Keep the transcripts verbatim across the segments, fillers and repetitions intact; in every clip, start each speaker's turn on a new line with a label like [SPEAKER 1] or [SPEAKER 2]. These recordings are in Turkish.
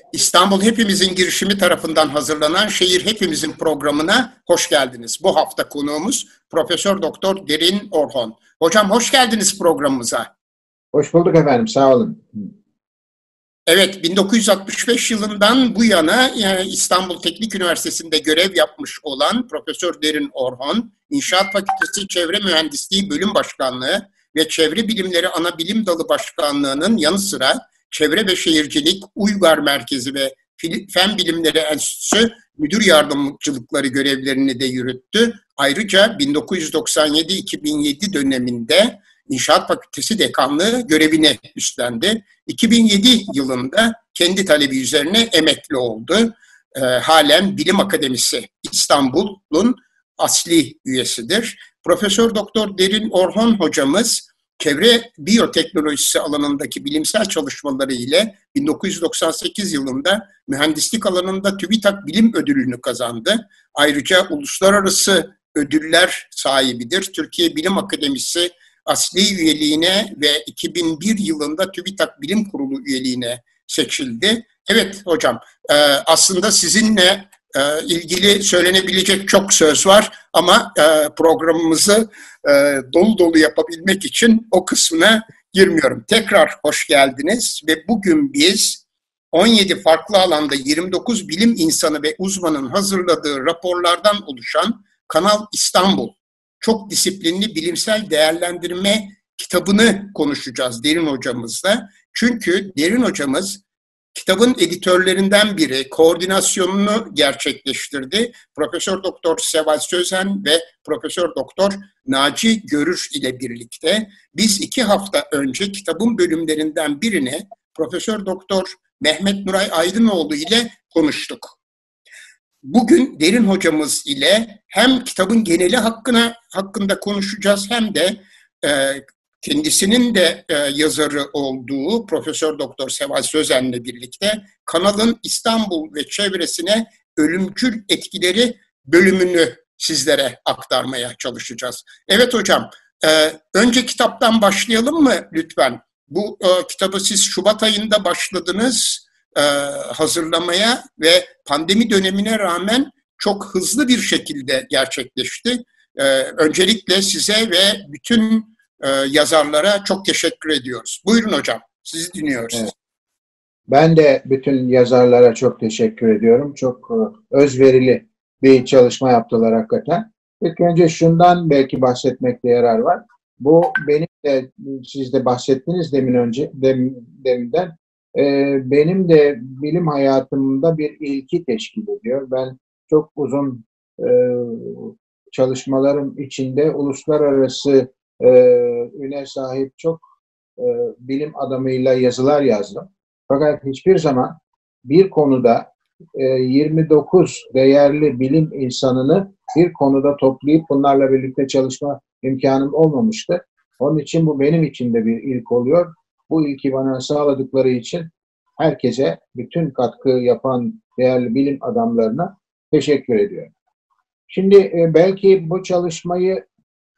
[SPEAKER 1] İstanbul Hepimizin girişimi tarafından hazırlanan Şehir Hepimizin programına hoş geldiniz. Bu hafta konuğumuz Profesör Doktor Derin Orhon. Hocam hoş geldiniz programımıza.
[SPEAKER 2] Hoş bulduk efendim, sağ olun.
[SPEAKER 1] Evet, bin dokuz yüz altmış beş yılından bu yana yani İstanbul Teknik Üniversitesi'nde görev yapmış olan Profesör Derin Orhon, İnşaat Fakültesi Çevre Mühendisliği Bölüm Başkanlığı ve Çevre Bilimleri Ana Bilim Dalı Başkanlığı'nın yanı sıra Çevre ve Şehircilik, Uygar Merkezi ve Fen Bilimleri Enstitüsü Müdür Yardımcılıkları görevlerini de yürüttü. Ayrıca bin dokuz yüz doksan yedi iki bin yedi döneminde İnşaat Fakültesi Dekanlığı görevini üstlendi. iki bin yedi yılında kendi talebi üzerine emekli oldu. E, halen Bilim Akademisi İstanbul'un asli üyesidir. Profesör Doktor Derin Orhon hocamız çevre biyoteknolojisi alanındaki bilimsel çalışmaları ile bin dokuz yüz doksan sekiz yılında mühendislik alanında TÜBİTAK Bilim Ödülünü kazandı. Ayrıca uluslararası ödüller sahibidir. Türkiye Bilim Akademisi asli üyeliğine ve iki bin bir yılında TÜBİTAK Bilim Kurulu üyeliğine seçildi. Evet hocam, aslında sizinle ilgili söylenebilecek çok söz var ama programımızı dolu dolu yapabilmek için o kısmına girmiyorum. Tekrar hoş geldiniz ve bugün biz on yedi farklı alanda yirmi dokuz bilim insanı ve uzmanın hazırladığı raporlardan oluşan Kanal İstanbul Çok Disiplinli Bilimsel Değerlendirme kitabını konuşacağız Derin hocamızla. Çünkü Derin hocamız kitabın editörlerinden biri, koordinasyonunu gerçekleştirdi. Profesör Doktor Seval Sözen ve Profesör Doktor Naci Görür ile birlikte biz iki hafta önce kitabın bölümlerinden birini Profesör Doktor Mehmet Nuray Aydınoğlu ile konuştuk. Bugün Derin hocamız ile hem kitabın geneli hakkına hakkında konuşacağız hem de e, kendisinin de e, yazarı olduğu Profesör Doktor Seval Sözen'le birlikte kanalın İstanbul ve çevresine ölümcül etkileri bölümünü sizlere aktarmaya çalışacağız. Evet hocam, e, önce kitaptan başlayalım mı lütfen? Bu e, kitabı siz Şubat ayında başladınız e, hazırlamaya ve pandemi dönemine rağmen çok hızlı bir şekilde gerçekleşti. E, öncelikle size ve bütün Ee, yazarlara çok teşekkür ediyoruz. Buyurun hocam, sizi dinliyoruz.
[SPEAKER 2] Evet. Ben de bütün yazarlara çok teşekkür ediyorum. Çok e, özverili bir çalışma yaptılar hakikaten. İlk önce şundan belki bahsetmekte yarar var. Bu benim de, siz de bahsettiniz demin önce, dem, deminden, e, benim de bilim hayatımda bir ilki teşkil ediyor. Ben çok uzun e, çalışmalarım içinde uluslararası Ee, üne sahip çok e, bilim adamıyla yazılar yazdım. Fakat hiçbir zaman bir konuda e, yirmi dokuz değerli bilim insanını bir konuda toplayıp bunlarla birlikte çalışma imkanım olmamıştı. Onun için bu benim için de bir ilk oluyor. Bu ilki bana sağladıkları için herkese, bütün katkı yapan değerli bilim adamlarına teşekkür ediyorum. Şimdi e, belki bu çalışmayı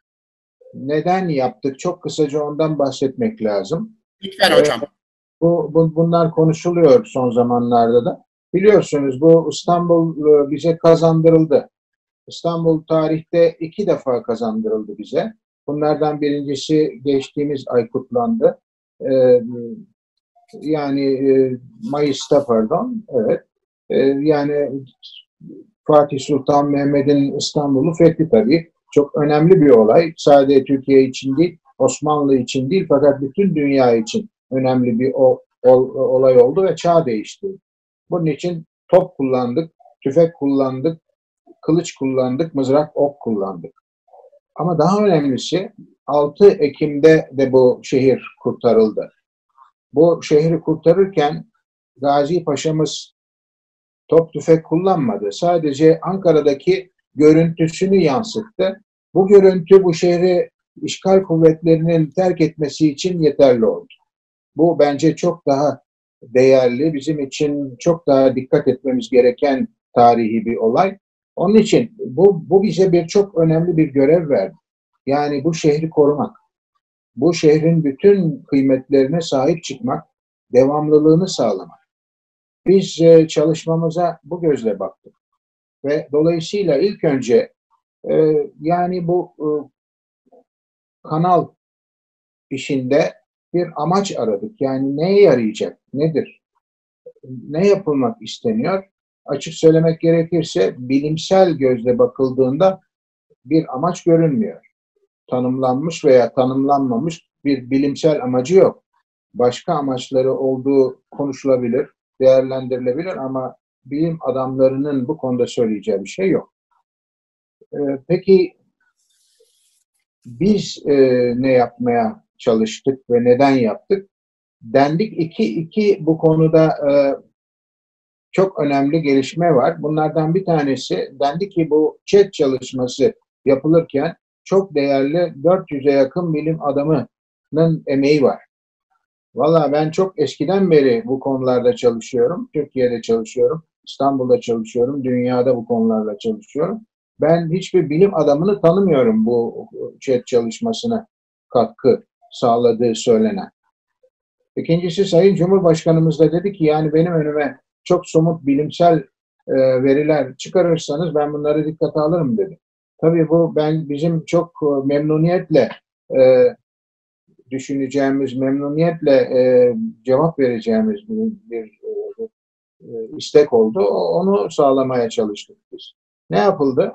[SPEAKER 2] neden yaptık? Çok kısaca ondan bahsetmek lazım.
[SPEAKER 1] Lütfen hocam.
[SPEAKER 2] Ee, bu, bu, bunlar konuşuluyor son zamanlarda da. Biliyorsunuz bu İstanbul bize kazandırıldı. İstanbul tarihte iki defa kazandırıldı bize. Bunlardan birincisi geçtiğimiz ay kutlandı. Ee, yani e, Mayıs'ta pardon. Evet. Ee, yani Fatih Sultan Mehmet'in İstanbul'u fethi tabii. Çok önemli bir olay. Sadece Türkiye için değil, Osmanlı için değil fakat bütün dünya için önemli bir o, o, olay oldu ve çağ değişti. Bunun için top kullandık, tüfek kullandık, kılıç kullandık, mızrak, ok kullandık. Ama daha önemlisi altı Ekim'de de bu şehir kurtarıldı. Bu şehri kurtarırken Gazi Paşa'mız top tüfek kullanmadı. Sadece Ankara'daki görüntüsünü yansıttı. Bu görüntü bu şehri işgal kuvvetlerinin terk etmesi için yeterli oldu. Bu bence çok daha değerli, bizim için çok daha dikkat etmemiz gereken tarihi bir olay. Onun için bu, bu bize bir çok önemli bir görev verdi. Yani bu şehri korumak, bu şehrin bütün kıymetlerine sahip çıkmak, devamlılığını sağlamak. Biz e, çalışmamıza bu gözle baktık ve dolayısıyla ilk önce e, yani bu e, kanal işinde bir amaç aradık. Yani neye yarayacak, nedir, ne yapılmak isteniyor? Açık söylemek gerekirse bilimsel gözle bakıldığında bir amaç görünmüyor. Tanımlanmış veya tanımlanmamış bir bilimsel amacı yok. Başka amaçları olduğu konuşulabilir, değerlendirilebilir ama bilim adamlarının bu konuda söyleyeceği bir şey yok. Ee, peki biz e, ne yapmaya çalıştık ve neden yaptık? Dendik iki, iki bu konuda e, çok önemli gelişme var. Bunlardan bir tanesi dendi ki bu chat çalışması yapılırken çok değerli dört yüze yakın bilim adamının emeği var. Valla ben çok eskiden beri bu konularda çalışıyorum. Türkiye'de çalışıyorum, İstanbul'da çalışıyorum, dünyada bu konularla çalışıyorum. Ben hiçbir bilim adamını tanımıyorum bu chat çalışmasına katkı sağladığı söylenen. İkincisi Sayın Cumhurbaşkanımız da dedi ki yani benim önüme çok somut bilimsel e, veriler çıkarırsanız ben bunları dikkate alırım dedi. Tabii bu ben bizim çok e, memnuniyetle e, düşüneceğimiz, memnuniyetle e, cevap vereceğimiz bir, bir e, e, istek oldu. Onu sağlamaya çalıştık biz. Ne yapıldı?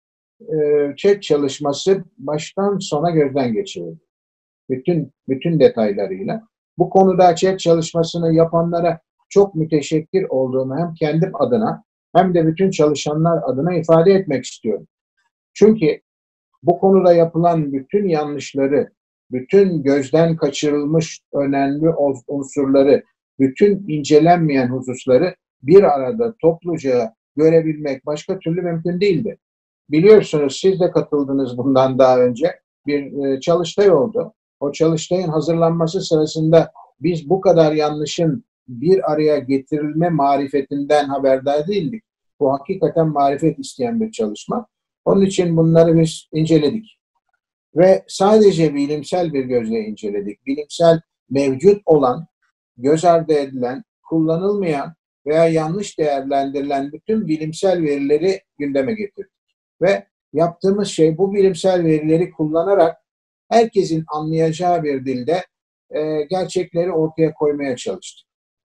[SPEAKER 2] E, chat çalışması baştan sona gözden geçirildi. Bütün bütün detaylarıyla. Bu konuda chat çalışmasını yapanlara çok müteşekkir olduğumu hem kendim adına hem de bütün çalışanlar adına ifade etmek istiyorum. Çünkü bu konuda yapılan bütün yanlışları, bütün gözden kaçırılmış önemli unsurları, bütün incelenmeyen hususları bir arada topluca görebilmek başka türlü mümkün değildi. Biliyorsunuz siz de katıldınız bundan daha önce. Bir çalıştay oldu. O çalıştayın hazırlanması sırasında biz bu kadar yanlışın bir araya getirilme marifetinden haberdar değildik. Bu hakikaten marifet isteyen bir çalışma. Onun için bunları biz inceledik. Ve sadece bilimsel bir gözle inceledik. Bilimsel mevcut olan, göz ardı edilen, kullanılmayan veya yanlış değerlendirilen bütün bilimsel verileri gündeme getirdik. Ve yaptığımız şey bu bilimsel verileri kullanarak herkesin anlayacağı bir dilde e, gerçekleri ortaya koymaya çalıştık.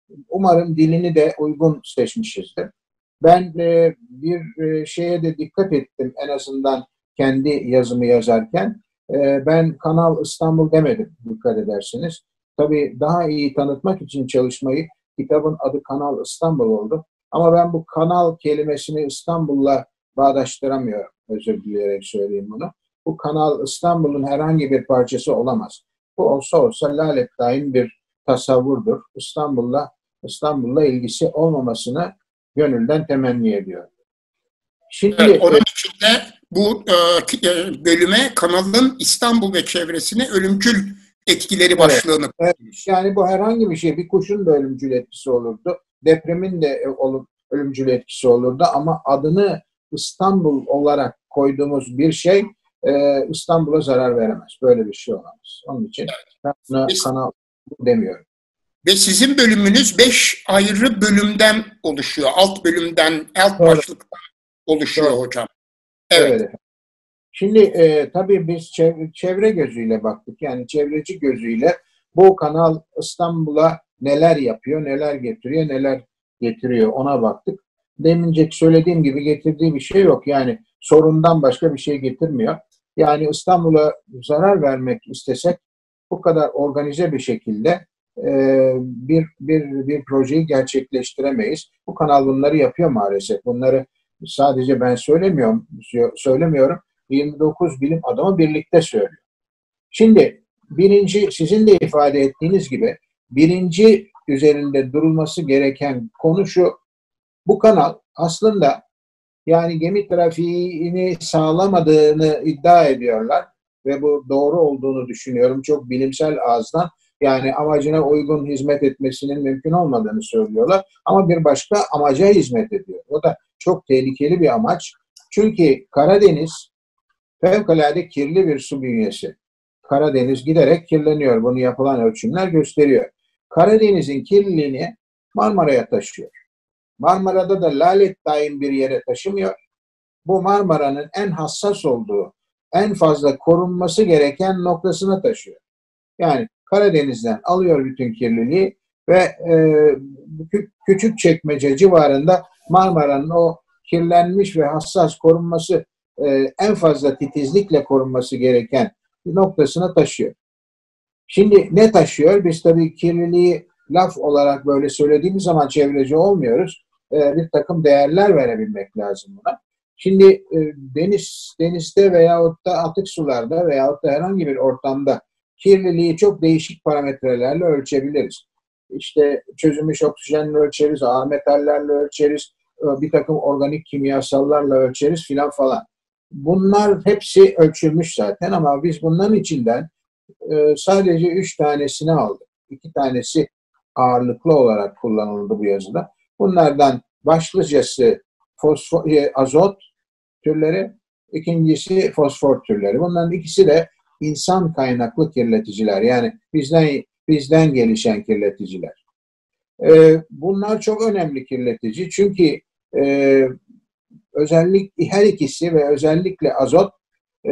[SPEAKER 2] Umarım dilini de uygun seçmişizdir. Ben e, bir e, şeye de dikkat ettim en azından kendi yazımı yazarken. E, ben Kanal İstanbul demedim dikkat edersiniz. Tabii daha iyi tanıtmak için çalışmayı kitabın adı Kanal İstanbul oldu. Ama ben bu kanal kelimesini İstanbul'la bağdaştıramıyorum. Özür dileyerek söyleyeyim bunu. Bu Kanal İstanbul'un herhangi bir parçası olamaz. Bu olsa olsa lalettayin bir tasavvurdur. İstanbul'la İstanbul'la ilgisi olmamasını gönülden temenni ediyorum.
[SPEAKER 1] Şimdi evet, onun için de bu e, bölüme kanalın İstanbul ve çevresine ölümcül etkileri evet, başlığını
[SPEAKER 2] evet, yani bu herhangi bir şey, bir kuşun da ölümcül etkisi olurdu, depremin de olup ölümcül etkisi olurdu ama adını İstanbul olarak koyduğumuz bir şey e, İstanbul'a zarar veremez. Böyle bir şey olamaz. Onun için ben buna kanal demiyorum.
[SPEAKER 1] Ve sizin bölümünüz beş ayrı bölümden oluşuyor. Alt bölümden, alt Doğru. başlıktan oluşuyor Doğru. hocam. Evet. evet.
[SPEAKER 2] Şimdi e, tabii biz çevre, çevre gözüyle baktık. Yani çevreci gözüyle bu kanal İstanbul'a neler yapıyor, neler getiriyor, neler getiriyor ona baktık. Demince söylediğim gibi getirdiği bir şey yok. Yani sorundan başka bir şey getirmiyor. Yani İstanbul'a zarar vermek istesek bu kadar organize bir şekilde bir, bir, bir projeyi gerçekleştiremeyiz. Bu kanal bunları yapıyor maalesef. Bunları sadece ben söylemiyorum, söylemiyorum. yirmi dokuz bilim adamı birlikte söylüyor. Şimdi birinci, sizin de ifade ettiğiniz gibi birinci üzerinde durulması gereken konu şu: bu kanal aslında yani gemi trafiğini sağlamadığını iddia ediyorlar ve bu doğru olduğunu düşünüyorum. Çok bilimsel ağızdan. Yani amacına uygun hizmet etmesinin mümkün olmadığını söylüyorlar. Ama bir başka amaca hizmet ediyor. O da çok tehlikeli bir amaç. Çünkü Karadeniz fevkalade kirli bir su bünyesi. Karadeniz giderek kirleniyor. Bunu yapılan ölçümler gösteriyor. Karadeniz'in kirliliğini Marmara'ya taşıyor. Marmara'da da lalet daim bir yere taşımıyor. Bu Marmara'nın en hassas olduğu, en fazla korunması gereken noktasına taşıyor. Yani Karadeniz'den alıyor bütün kirliliği ve e, Küçükçekmece civarında Marmara'nın o kirlenmiş ve hassas korunması, e, en fazla titizlikle korunması gereken noktasına taşıyor. Şimdi ne taşıyor? Biz tabii kirliliği laf olarak böyle söylediğimiz zaman çevreci olmuyoruz. E, bir takım değerler verebilmek lazım buna. Şimdi e, deniz denizde veyahut da atık sularda veyahut da herhangi bir ortamda kirliliği çok değişik parametrelerle ölçebiliriz. İşte çözülmüş oksijenle ölçeriz, ağır metallerle ölçeriz, bir takım organik kimyasallarla ölçeriz filan falan. Bunlar hepsi ölçülmüş zaten ama biz bunların içinden sadece üç tanesini aldık. İki tanesi ağırlıklı olarak kullanıldı bu yazıda. Bunlardan başlıcası fosfor, azot türleri, ikincisi fosfor türleri. Bunların ikisi de insan kaynaklı kirleticiler. Yani bizden bizden gelişen kirleticiler. Ee, bunlar çok önemli kirletici. Çünkü e, özellikle her ikisi ve özellikle azot e,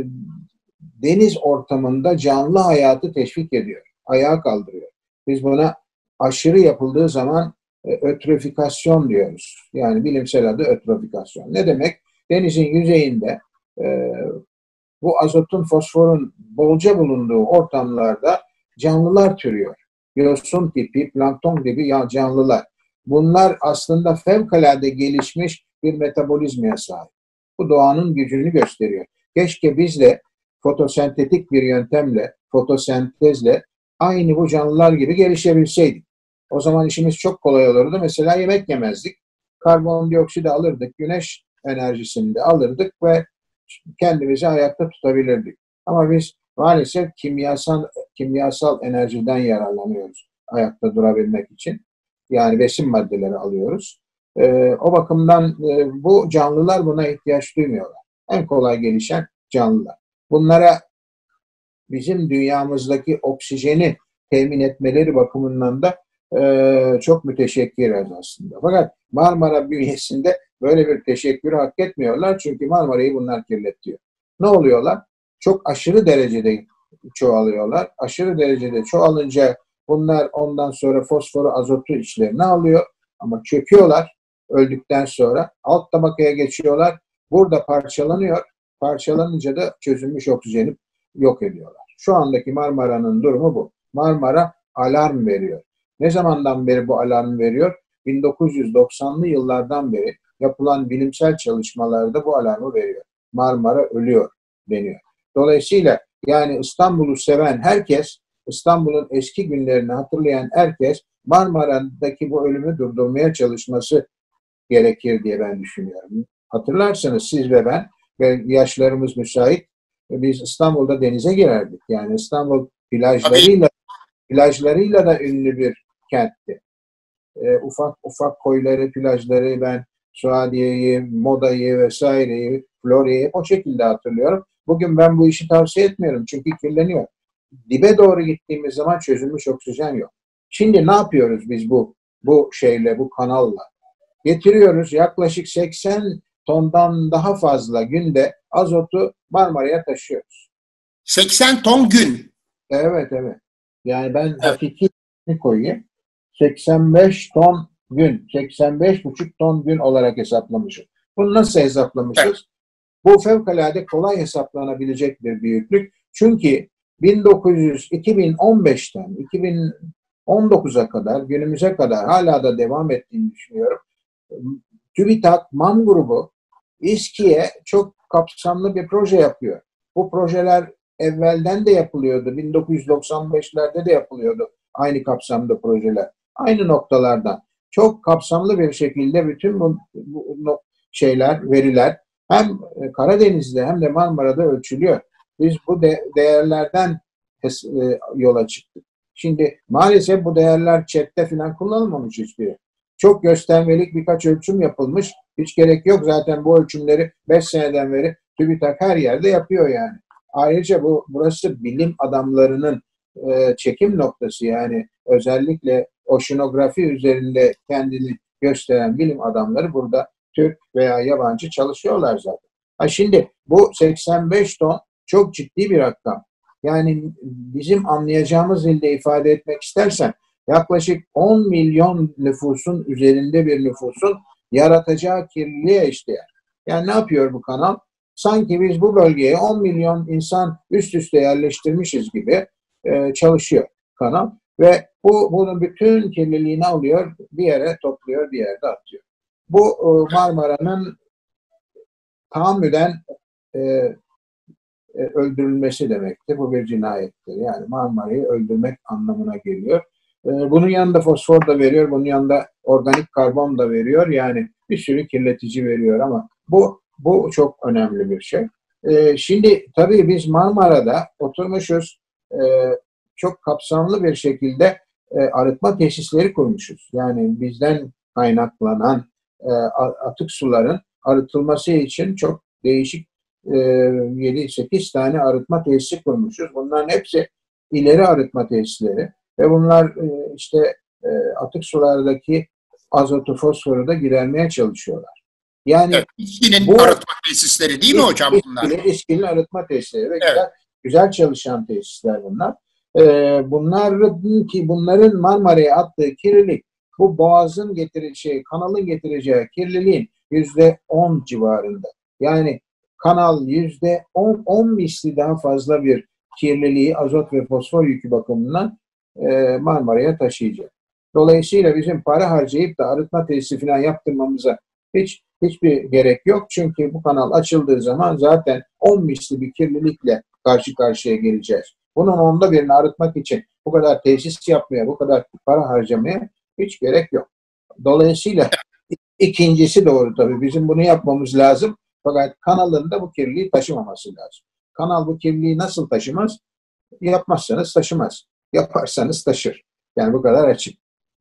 [SPEAKER 2] deniz ortamında canlı hayatı teşvik ediyor. Ayağa kaldırıyor. Biz buna aşırı yapıldığı zaman e, ötrofikasyon diyoruz. Yani bilimsel adı ötrofikasyon. Ne demek? Denizin yüzeyinde e, bu azotun, fosforun bolca bulunduğu ortamlarda canlılar türüyor. Yosun tipi, plankton gibi canlılar. Bunlar aslında fevkalade gelişmiş bir metabolizmaya sahip. Bu doğanın gücünü gösteriyor. Keşke biz de fotosentetik bir yöntemle, fotosentezle aynı bu canlılar gibi gelişebilseydik. O zaman işimiz çok kolay olurdu. Mesela yemek yemezdik. Karbondioksit alırdık, güneş enerjisini de alırdık ve kendimizi ayakta tutabilirdik. Ama biz maalesef kimyasal kimyasal enerjiden yararlanıyoruz ayakta durabilmek için. Yani besin maddeleri alıyoruz. Ee, o bakımdan e, bu canlılar buna ihtiyaç duymuyorlar. En kolay gelişen canlılar. Bunlara bizim dünyamızdaki oksijeni temin etmeleri bakımından da e, çok müteşekkiriz aslında. Fakat Marmara bünyesinde böyle bir teşekkürü hak etmiyorlar çünkü Marmara'yı bunlar kirletiyor. Ne oluyorlar? Çok aşırı derecede çoğalıyorlar. Aşırı derecede çoğalınca bunlar ondan sonra fosforu, azotu içlerine alıyor ama çöküyorlar öldükten sonra. Alt tabakaya geçiyorlar. Burada parçalanıyor. Parçalanınca da çözülmüş oksijeni yok ediyorlar. Şu andaki Marmara'nın durumu bu. Marmara alarm veriyor. Ne zamandan beri bu alarm veriyor? bin dokuz yüz doksanlı yıllardan beri yapılan bilimsel çalışmalarda bu alarmı veriyor. Marmara ölüyor deniyor. Dolayısıyla yani İstanbul'u seven herkes, İstanbul'un eski günlerini hatırlayan herkes Marmara'daki bu ölümü durdurmaya çalışması gerekir diye ben düşünüyorum. Hatırlarsanız siz ve ben ve yaşlarımız müsait, biz İstanbul'da denize girerdik. Yani İstanbul plajlarıyla plajlarıyla da ünlü bir kentti. E, ufak ufak koyları, plajları ben Suadiye'yi, Moda'yı vesaireyi, Florya'yı o şekilde hatırlıyorum. Bugün ben bu işi tavsiye etmiyorum çünkü kirleniyor. Dibe doğru gittiğimiz zaman çözülmüş oksijen yok. Şimdi ne yapıyoruz biz bu bu şeyle, bu kanalla? Getiriyoruz yaklaşık seksen tondan daha fazla günde azotu Marmara'ya taşıyoruz.
[SPEAKER 1] seksen ton gün.
[SPEAKER 2] Evet, evet. Yani ben evet. Hakiki koyayım. seksen beş ton gün, seksen beş buçuk ton gün olarak hesaplamışım. Bunu nasıl hesaplamışız? Evet. Bu fevkalade kolay hesaplanabilecek bir büyüklük. Çünkü bin dokuz yüz iki bin on beşten iki bin on dokuza kadar, günümüze kadar hala da devam ettiğini düşünüyorum. TÜBİTAK, MAM grubu İSKİ'ye çok kapsamlı bir proje yapıyor. Bu projeler evvelden de yapılıyordu. bin dokuz yüz doksan beşlerde de yapılıyordu. Aynı kapsamda projeler. Aynı noktalardan. Çok kapsamlı bir şekilde bütün bu, bu şeyler, veriler hem Karadeniz'de hem de Marmara'da ölçülüyor. Biz bu de, değerlerden es, e, yola çıktık. Şimdi maalesef bu değerler chatte falan kullanılmamış hiçbiri. Çok göstermelik birkaç ölçüm yapılmış. Hiç gerek yok. Zaten bu ölçümleri beş seneden beri TÜBİTAK her yerde yapıyor yani. Ayrıca bu burası bilim adamlarının e, çekim noktası yani özellikle oşinografi üzerinde kendini gösteren bilim adamları burada Türk veya yabancı çalışıyorlar zaten. Ha şimdi bu seksen beş ton çok ciddi bir rakam. Yani bizim anlayacağımız dilde ifade etmek istersen yaklaşık on milyon nüfusun üzerinde bir nüfusun yaratacağı kirliliğe eşdeğer. Yani ne yapıyor bu kanal? Sanki biz bu bölgeye on milyon insan üst üste yerleştirmişiz gibi e, çalışıyor kanal. Ve bu bunun bütün kirliliğini alıyor, bir yere topluyor, bir yerde atıyor. Bu e, Marmara'nın tahammüden e, e, öldürülmesi demektir. Bu bir cinayettir. Yani Marmara'yı öldürmek anlamına geliyor. E, bunun yanında fosfor da veriyor, bunun yanında organik karbon da veriyor. Yani bir sürü kirletici veriyor ama bu bu çok önemli bir şey. E, şimdi tabii biz Marmara'da oturmuşuz, e, çok kapsamlı bir şekilde e, arıtma tesisleri kurmuşuz. Yani bizden kaynaklanan e, atık suların arıtılması için çok değişik e, yedi sekiz tane arıtma tesisi kurmuşuz. Bunların hepsi ileri arıtma tesisleri ve bunlar e, işte e, atık sulardaki azotu, fosforu da gidermeye çalışıyorlar. Yani
[SPEAKER 1] evet, İSKİ'nin
[SPEAKER 2] bu
[SPEAKER 1] arıtma tesisleri değil mi hocam bunlar?
[SPEAKER 2] İSKİ'nin İSKİ'nin arıtma tesisleri ve
[SPEAKER 1] Evet.
[SPEAKER 2] güzel, güzel çalışan tesisler bunlar. Ee, bunların ki bunların Marmara'ya attığı kirlilik bu boğazın getireceği, kanalın getireceği kirliliğin yüzde on civarında. Yani kanal yüzde on, on misli daha fazla bir kirliliği azot ve fosfor yükü bakımından e, Marmara'ya taşıyacak. Dolayısıyla bizim para harcayıp da arıtma tesisi falan yaptırmamıza hiç hiçbir gerek yok. Çünkü bu kanal açıldığı zaman zaten on misli bir kirlilikle karşı karşıya geleceğiz. Bunun onda birini arıtmak için bu kadar tesis yapmaya, bu kadar para harcamaya hiç gerek yok. Dolayısıyla ikincisi doğru tabii. Bizim bunu yapmamız lazım. Fakat kanalın da bu kirliliği taşımaması lazım. Kanal bu kirliliği nasıl taşımaz? Yapmazsanız taşımaz. Yaparsanız taşır. Yani bu kadar açık.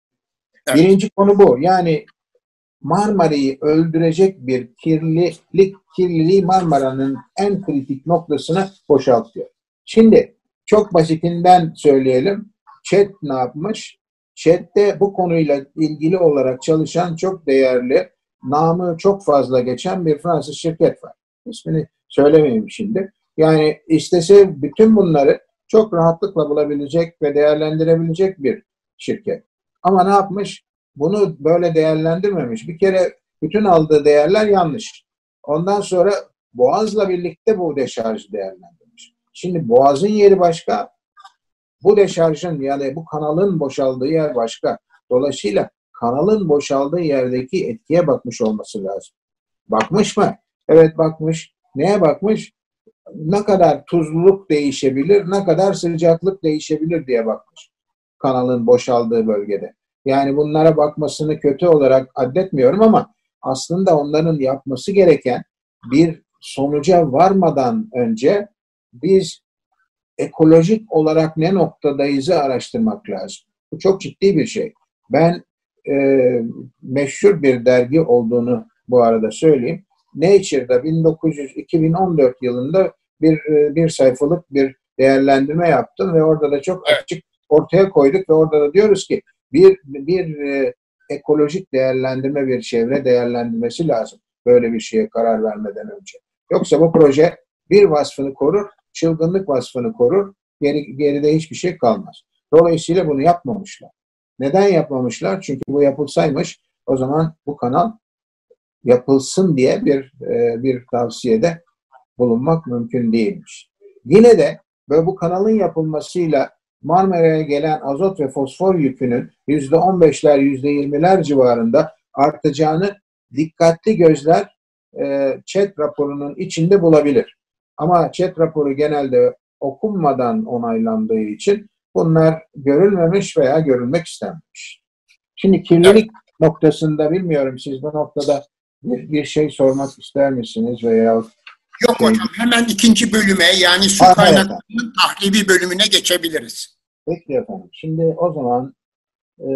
[SPEAKER 1] Evet.
[SPEAKER 2] Birinci konu bu. Yani Marmara'yı öldürecek bir kirlilik, kirliliği Marmara'nın en kritik noktasına boşaltıyor. Şimdi çok basitinden söyleyelim. ÇED ne yapmış? ÇED'de bu konuyla ilgili olarak çalışan çok değerli, namı çok fazla geçen bir Fransız şirket var. İsmini söylemeyeyim şimdi. Yani istese bütün bunları çok rahatlıkla bulabilecek ve değerlendirebilecek bir şirket. Ama ne yapmış? Bunu böyle değerlendirmemiş. Bir kere bütün aldığı değerler yanlış. Ondan sonra Boğaz'la birlikte bu deşarjı değerlendirmiş. Şimdi Boğaz'ın yeri başka, bu deşarjın yani bu kanalın boşaldığı yer başka. Dolayısıyla kanalın boşaldığı yerdeki etkiye bakmış olması lazım. Bakmış mı? Evet bakmış. Neye bakmış? Ne kadar tuzluluk değişebilir, ne kadar sıcaklık değişebilir diye bakmış. Kanalın boşaldığı bölgede. Yani bunlara bakmasını kötü olarak addetmiyorum ama aslında onların yapması gereken bir sonuca varmadan önce biz ekolojik olarak ne noktadayızı araştırmak lazım. Bu çok ciddi bir şey. Ben e, meşhur bir dergi olduğunu bu arada söyleyeyim. Nature'da bin dokuz yüz iki bin on dört yılında bir bir sayfalık bir değerlendirme yaptım ve orada da çok açık ortaya koyduk ve orada da diyoruz ki bir bir e, ekolojik değerlendirme, bir çevre değerlendirmesi lazım böyle bir şeye karar vermeden önce. Yoksa bu proje bir vasfını korur, çılgınlık vasfını korur, geri, geride hiçbir şey kalmaz. Dolayısıyla bunu yapmamışlar. Neden yapmamışlar? Çünkü bu yapılsaymış o zaman bu kanal yapılsın diye bir e, bir tavsiyede bulunmak mümkün değilmiş. Yine de böyle bu kanalın yapılmasıyla Marmara'ya gelen azot ve fosfor yükünün yüzde on beşler, yüzde yirmiler civarında artacağını dikkatli gözler e, ÇED raporunun içinde bulabilir. Ama ÇED raporu genelde okunmadan onaylandığı için bunlar görülmemiş veya görülmek istenmemiş. Şimdi kirlilik evet. noktasında bilmiyorum siz bu noktada bir, bir şey sormak ister misiniz veya
[SPEAKER 1] Yok şey... hocam hemen ikinci bölüme yani su ha, kaynaklarının tahribi bölümüne geçebiliriz.
[SPEAKER 2] Peki efendim. Şimdi o zaman e,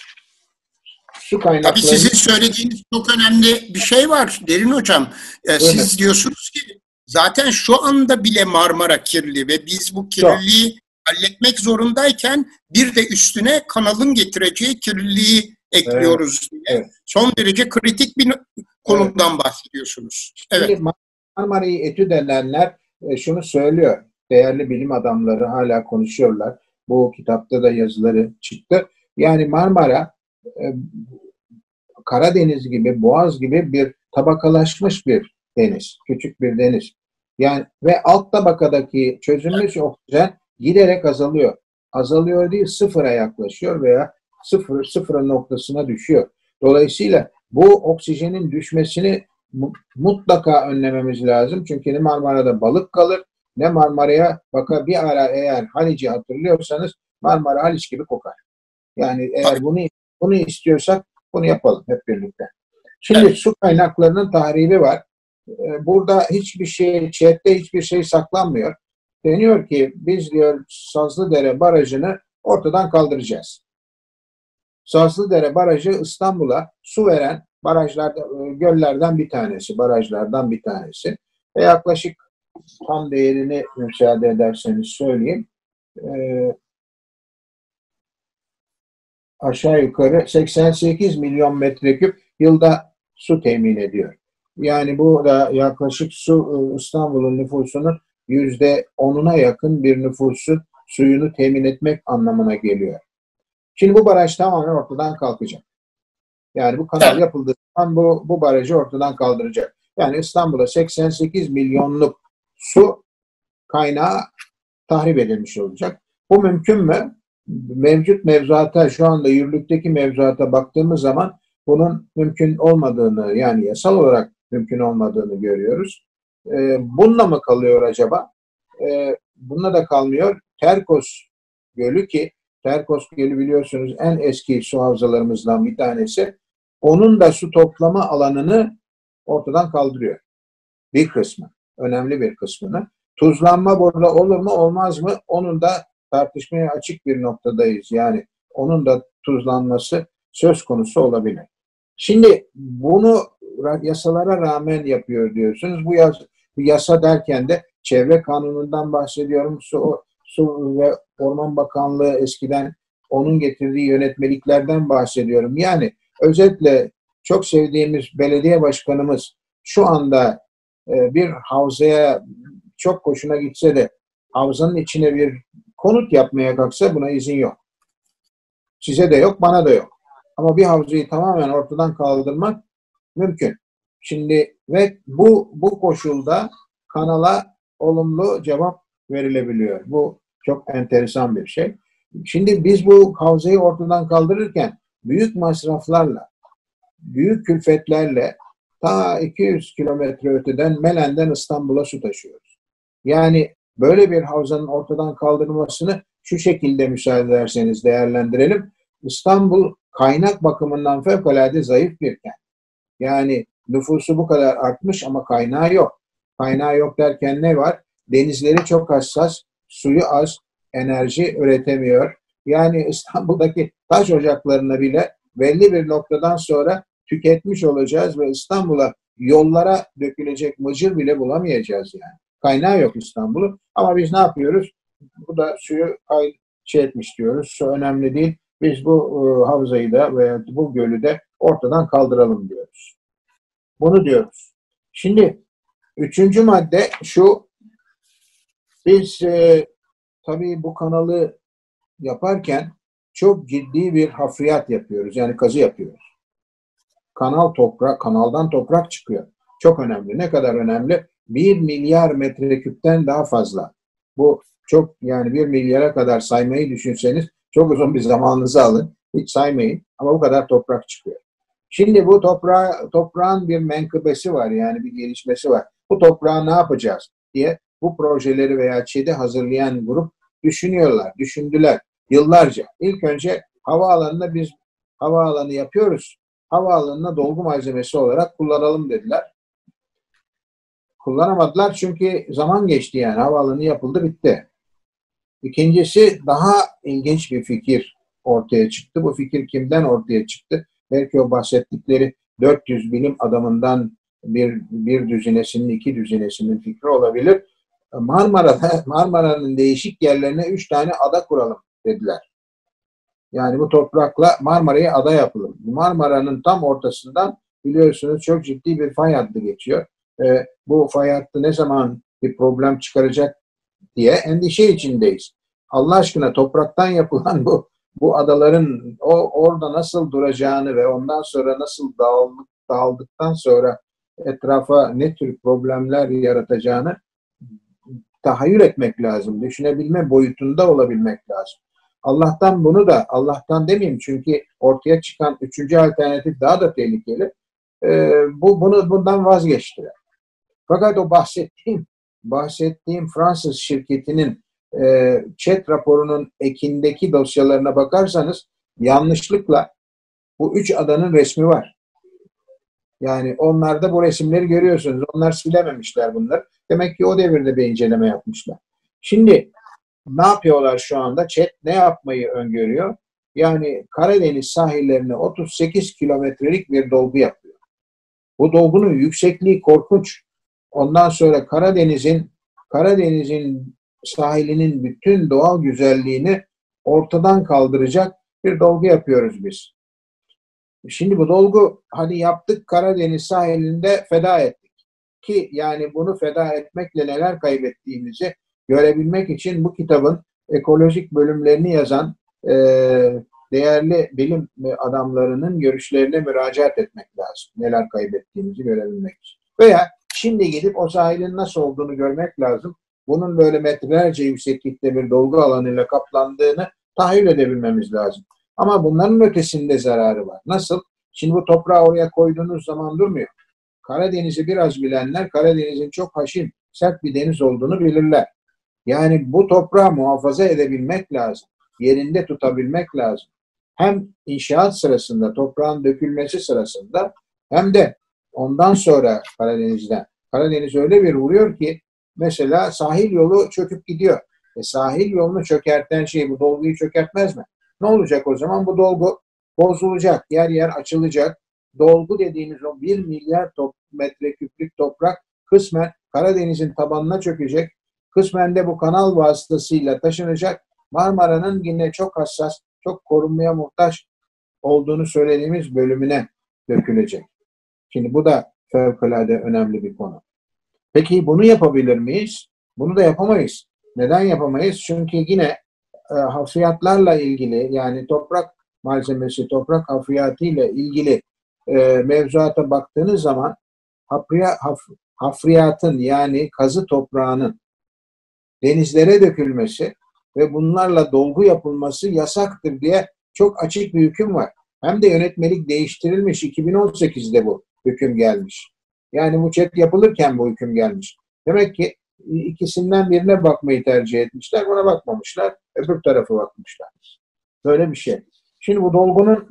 [SPEAKER 2] su kaynakları...
[SPEAKER 1] Tabii sizin söylediğiniz çok önemli bir şey var Derin hocam. E, siz diyorsunuz ki zaten şu anda bile Marmara kirli ve biz bu kirliliği halletmek zorundayken bir de üstüne kanalın getireceği kirliliği ekliyoruz diye.
[SPEAKER 2] Evet.
[SPEAKER 1] Son derece kritik bir konudan bahsediyorsunuz. Evet.
[SPEAKER 2] Şimdi Marmara'yı etüt edenler e, şunu söylüyor. Değerli bilim adamları hala konuşuyorlar. Bu kitapta da yazıları çıktı. Yani Marmara e, Karadeniz gibi, Boğaz gibi bir tabakalaşmış bir deniz. Küçük bir deniz. Yani ve alt tabakadaki çözünmüş oksijen giderek azalıyor. Azalıyor değil, sıfıra yaklaşıyor veya sıfır, sıfır noktasına düşüyor. Dolayısıyla bu oksijenin düşmesini mutlaka önlememiz lazım. Çünkü ne Marmara'da balık kalır, ne Marmara'ya baka bir ara eğer Haliç'i hatırlıyorsanız Marmara Haliç gibi kokar. Yani eğer bunu bunu istiyorsak bunu yapalım hep birlikte. Şimdi evet. Su kaynaklarının tahribi var. Burada hiçbir şey, chatte hiçbir şey saklanmıyor. Deniyor ki biz diyor Sazlıdere Barajı'nı ortadan kaldıracağız. Sazlıdere Barajı İstanbul'a su veren barajlardan, göllerden bir tanesi, barajlardan bir tanesi. Ve yaklaşık tam değerini müsaade ederseniz söyleyeyim. Ee, aşağı yukarı seksen sekiz milyon metreküp yılda su temin ediyor. Yani bu da yaklaşık su İstanbul'un nüfusunun yüzde onuna yakın bir nüfusu suyunu temin etmek anlamına geliyor. Şimdi bu baraj tamamen ortadan kalkacak. Yani bu kanal yapıldığı zaman bu, bu barajı ortadan kaldıracak. Yani İstanbul'a seksen sekiz milyonluk su kaynağı tahrip edilmiş olacak. Bu mümkün mü? Mevcut mevzuata, şu anda yürürlükteki mevzuata baktığımız zaman bunun mümkün olmadığını, yani yasal olarak mümkün olmadığını görüyoruz. Ee, bununla mı kalıyor acaba? Ee, bununla da kalmıyor. Terkos Gölü, ki Terkos Gölü biliyorsunuz en eski su havzalarımızdan bir tanesi. Onun da su toplama alanını ortadan kaldırıyor. Bir kısmı, önemli bir kısmını. Tuzlanma burada olur mu olmaz mı? Onun da tartışmaya açık bir noktadayız. Yani onun da tuzlanması söz konusu olabilir. Şimdi bunu yasalara rağmen yapıyor diyorsunuz. Bu, yas bu yasa derken de Çevre Kanunu'ndan bahsediyorum. Su, Su ve Orman Bakanlığı eskiden onun getirdiği yönetmeliklerden bahsediyorum. Yani özetle çok sevdiğimiz belediye başkanımız şu anda e, bir havzaya çok hoşuna gitse de havzanın içine bir konut yapmaya kalksa buna izin yok. Size de yok, bana da yok. Ama bir havzayı tamamen ortadan kaldırmak mümkün. Şimdi ve bu bu koşulda kanala olumlu cevap verilebiliyor. Bu çok enteresan bir şey. Şimdi biz bu havzayı ortadan kaldırırken büyük masraflarla, büyük külfetlerle ta iki yüz kilometre öteden Melen'den İstanbul'a su taşıyoruz. Yani böyle bir havzanın ortadan kaldırılmasını şu şekilde müsaade ederseniz değerlendirelim. İstanbul kaynak bakımından fevkalade zayıf bir kent. Yani nüfusu bu kadar artmış ama kaynağı yok. Kaynağı yok derken ne var? Denizleri çok hassas, suyu az, enerji üretemiyor. Yani İstanbul'daki taş ocaklarını bile belli bir noktadan sonra tüketmiş olacağız ve İstanbul'a yollara dökülecek mıcır bile bulamayacağız yani. Kaynağı yok İstanbul'un ama biz ne yapıyoruz? Bu da suyu kay şey etmiş diyoruz. Su önemli değil. Biz bu e, havzayı da veya bu gölü de ortadan kaldıralım diyoruz. Bunu diyoruz. Şimdi üçüncü madde şu. Biz e, tabii bu kanalı yaparken çok ciddi bir hafriyat yapıyoruz. Yani kazı yapıyoruz. Kanal toprak, kanaldan toprak çıkıyor. Çok önemli. Ne kadar önemli? Bir milyar metreküpten daha fazla. Bu çok, yani bir milyara kadar saymayı düşünseniz çok uzun bir zamanınızı alın. Hiç saymayın ama bu kadar toprak çıkıyor. Şimdi bu toprağa, toprağın bir menkıbesi var, yani bir gelişmesi var. Bu toprağı ne yapacağız diye bu projeleri veya ÇED'i hazırlayan grup düşünüyorlar, düşündüler yıllarca. İlk önce havaalanına biz havaalanı yapıyoruz. Havaalanına dolgu malzemesi olarak kullanalım dediler. Kullanamadılar çünkü zaman geçti yani. Havaalanı yapıldı, bitti. İkincisi, daha ilginç bir fikir ortaya çıktı. Bu fikir kimden ortaya çıktı? Belki o bahsettikleri dört yüz bilim adamından bir, bir düzinesinin, iki düzinesinin fikri olabilir. Marmara'da, Marmara'nın değişik yerlerine üç tane ada kuralım dediler. Yani bu toprakla Marmara'ya ada yapılır. Marmara'nın tam ortasından biliyorsunuz çok ciddi bir fay hattı geçiyor. E, bu fay hattı ne zaman bir problem çıkaracak diye endişe içindeyiz. Allah aşkına topraktan yapılan bu bu adaların o orada nasıl duracağını ve ondan sonra nasıl dağıldık, dağıldıktan sonra etrafa ne tür problemler yaratacağını tahayyül etmek lazım. Düşünebilme boyutunda olabilmek lazım. Allah'tan bunu da, Allah'tan demeyeyim çünkü ortaya çıkan üçüncü alternatif daha da tehlikeli. Ee, bu bunu bundan vazgeçtiler. Fakat o bahsettiğim bahsettiğim Fransız şirketinin e, chat raporunun ekindeki dosyalarına bakarsanız yanlışlıkla bu üç adanın resmi var. Yani onlarda bu resimleri görüyorsunuz. Onlar silememişler bunları. Demek ki o devirde bir inceleme yapmışlar. Şimdi ne yapıyorlar şu anda? chat ne yapmayı öngörüyor? Yani Karadeniz sahillerine otuz sekiz kilometrelik bir dolgu yapıyor. Bu dolgunun yüksekliği korkunç. Ondan sonra Karadeniz'in Karadeniz'in sahilinin bütün doğal güzelliğini ortadan kaldıracak bir dolgu yapıyoruz biz. Şimdi bu dolgu hani yaptık Karadeniz sahilinde feda ettik. Ki yani bunu feda etmekle neler kaybettiğimizi görebilmek için bu kitabın ekolojik bölümlerini yazan e, değerli bilim adamlarının görüşlerine müracaat etmek lazım. Neler kaybettiğimizi görebilmek için. Veya şimdi gidip o sahilin nasıl olduğunu görmek lazım. Bunun böyle metrelerce yükseklikte bir dolgu alanıyla kaplandığını tahayyül edebilmemiz lazım. Ama bunların ötesinde zararı var. Nasıl? Şimdi bu toprağı oraya koyduğunuz zaman durmuyor. Karadeniz'i biraz bilenler Karadeniz'in çok haşin, sert bir deniz olduğunu bilirler. Yani bu toprağı muhafaza edebilmek lazım. Yerinde tutabilmek lazım. Hem inşaat sırasında, toprağın dökülmesi sırasında hem de ondan sonra Karadeniz'den. Karadeniz öyle bir vuruyor ki mesela sahil yolu çöküp gidiyor. E sahil yolunu çökerten şey bu dolguyu çökertmez mi? Ne olacak o zaman? Bu dolgu bozulacak. Yer yer açılacak. Dolgu dediğimiz o bir milyar top, metreküplük toprak kısmen Karadeniz'in tabanına çökecek. Kısmen de bu kanal vasıtasıyla taşınacak. Marmara'nın yine çok hassas, çok korunmaya muhtaç olduğunu söylediğimiz bölümüne dökülecek. Şimdi bu da fevkalade önemli bir konu. Peki bunu yapabilir miyiz? Bunu da yapamayız. Neden yapamayız? Çünkü yine e, hafriyatlarla ilgili yani toprak malzemesi, toprak hafriyatıyla ilgili e, mevzuata baktığınız zaman hafriya, haf, hafriyatın yani kazı toprağının denizlere dökülmesi ve bunlarla dolgu yapılması yasaktır diye çok açık bir hüküm var. Hem de yönetmelik değiştirilmiş. iki bin on sekizde bu hüküm gelmiş. Yani bu chat yapılırken bu hüküm gelmiş. Demek ki ikisinden birine bakmayı tercih etmişler. Buna bakmamışlar. Öbür tarafa bakmışlar. Böyle bir şey. Şimdi bu dolgunun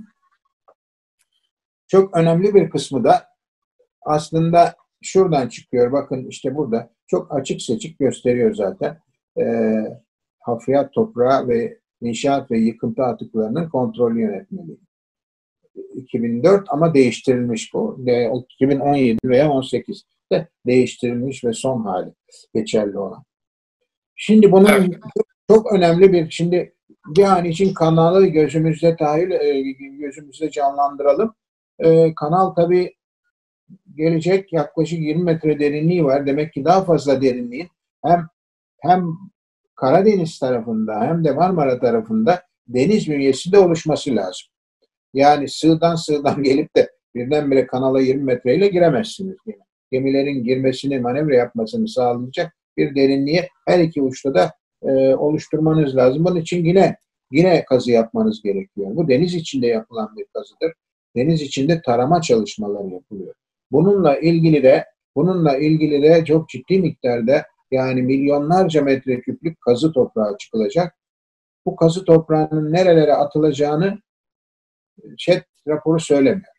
[SPEAKER 2] çok önemli bir kısmı da aslında şuradan çıkıyor. Bakın işte burada çok açık seçik gösteriyor zaten. Ee, hafriyat toprağı ve inşaat ve yıkıntı atıklarının kontrolü yönetmeliği. iki bin dört ama değiştirilmiş bu. iki bin on yedi veya on sekizde değiştirilmiş ve son hali geçerli olan. Şimdi bunun evet. çok önemli bir, şimdi bir an için kanalı gözümüzde tahayyül, gözümüzde canlandıralım. Ee, kanal tabii gelecek yaklaşık yirmi metre derinliği var. Demek ki daha fazla derinliğin hem hem Karadeniz tarafında hem de Marmara tarafında deniz bünyesinde oluşması lazım. Yani sığdan sığdan gelip de birdenbire kanala yirmi metreyle giremezsiniz. Gemilerin girmesini, manevra yapmasını sağlayacak bir derinliği her iki uçta da e, oluşturmanız lazım. Bunun için yine yine kazı yapmanız gerekiyor. Bu deniz içinde yapılan bir kazıdır. Deniz içinde tarama çalışmaları yapılıyor. Bununla ilgili de bununla ilgili de çok ciddi miktarda yani milyonlarca metreküplük kazı toprağı çıkılacak. Bu kazı toprağının nerelere atılacağını chat raporu söylemiyor.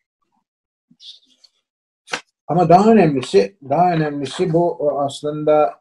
[SPEAKER 2] Ama daha önemlisi, daha önemlisi bu aslında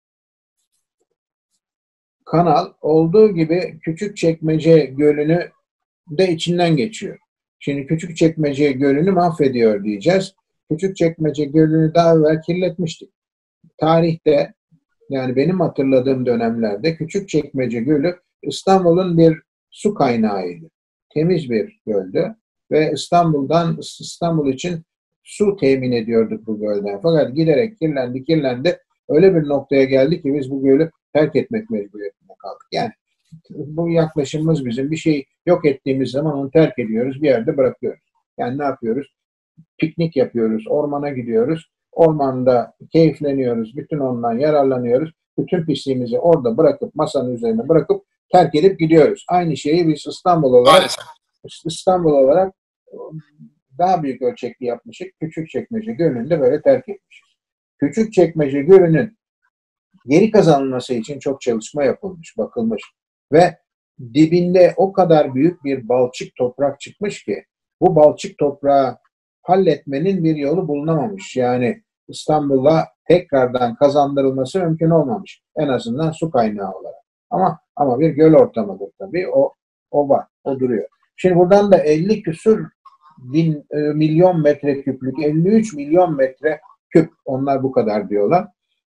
[SPEAKER 2] kanal olduğu gibi Küçükçekmece Gölü'nü de içinden geçiyor. Şimdi Küçükçekmece Gölü'nü mahvediyor diyeceğiz. Küçükçekmece Gölü'nü daha evvel kirletmiştik. Tarihte yani benim hatırladığım dönemlerde Küçükçekmece Gölü İstanbul'un bir su kaynağıydı. temiz bir göldü ve İstanbul'dan İstanbul için su temin ediyorduk bu gölden. Fakat giderek kirlendi, kirlendi. Öyle bir noktaya geldi ki biz bu gölü terk etmek mecburiyetinde kaldık. Yani bu yaklaşımımız bizim. Bir şey yok ettiğimiz zaman onu terk ediyoruz, bir yerde bırakıyoruz. Yani ne yapıyoruz? Piknik yapıyoruz, ormana gidiyoruz. Ormanda keyifleniyoruz, bütün ondan yararlanıyoruz. Bütün pisliğimizi orada bırakıp, masanın üzerine bırakıp terk edip gidiyoruz. Aynı şeyi biz İstanbul olarak
[SPEAKER 1] Maalesef.
[SPEAKER 2] İstanbul olarak daha büyük ölçekli yapmışız. Küçükçekmece Gölü'nü de böyle terk etmişiz. Küçükçekmece Gölü'nün geri kazanılması için çok çalışma yapılmış, bakılmış. Ve dibinde o kadar büyük bir balçık toprak çıkmış ki bu balçık toprağı halletmenin bir yolu bulunamamış. Yani İstanbul'a tekrardan kazandırılması mümkün olmamış. En azından su kaynağı olarak. Ama ama bir göl ortamıdır tabii. O o var, o duruyor. Şimdi buradan da elli küsur bin e, milyon metreküplük, elli üç milyon metre küp, onlar bu kadar diyorlar.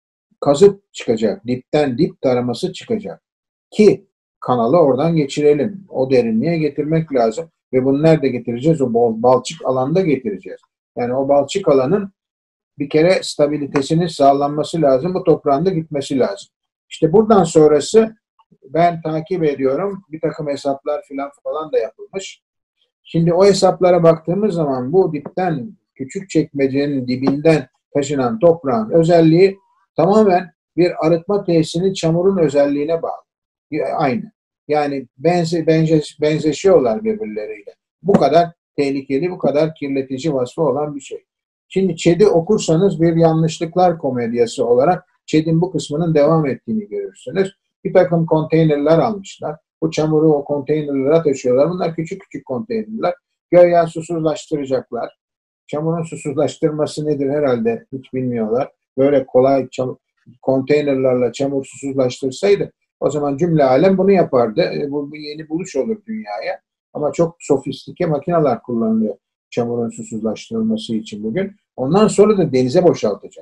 [SPEAKER 2] Kazıp çıkacak, dipten dip taraması çıkacak ki kanalı oradan geçirelim. O derinliğe getirmek lazım ve bunu nerede getireceğiz? O balçık alanda getireceğiz. Yani o balçık alanın bir kere stabilitesinin sağlanması lazım. Bu toprağın da gitmesi lazım. İşte buradan sonrası ben takip ediyorum. Bir takım hesaplar falan falan da yapılmış. Şimdi o hesaplara baktığımız zaman bu dipten, Küçükçekmece'nin dibinden taşınan toprağın özelliği tamamen bir arıtma tesisinin çamurun özelliğine bağlı. Aynı. Yani benze, benze, benzeşiyorlar birbirleriyle. Bu kadar tehlikeli, bu kadar kirletici vasfı olan bir şey. Şimdi ÇED'i okursanız bir yanlışlıklar komedyası olarak ÇED'in bu kısmının devam ettiğini görürsünüz. Bir takım konteynerler almışlar. Bu çamuru o konteynerlere taşıyorlar. Bunlar küçük küçük konteynerler. Göya susuzlaştıracaklar. Çamurun susuzlaştırması nedir herhalde hiç bilmiyorlar. Böyle kolay çamur, konteynerlerle çamur susuzlaştırsaydı o zaman cümle alem bunu yapardı. E, bu bir yeni buluş olur dünyaya. Ama çok sofistike makineler kullanılıyor çamurun susuzlaştırılması için bugün. Ondan sonra da denize boşaltacak.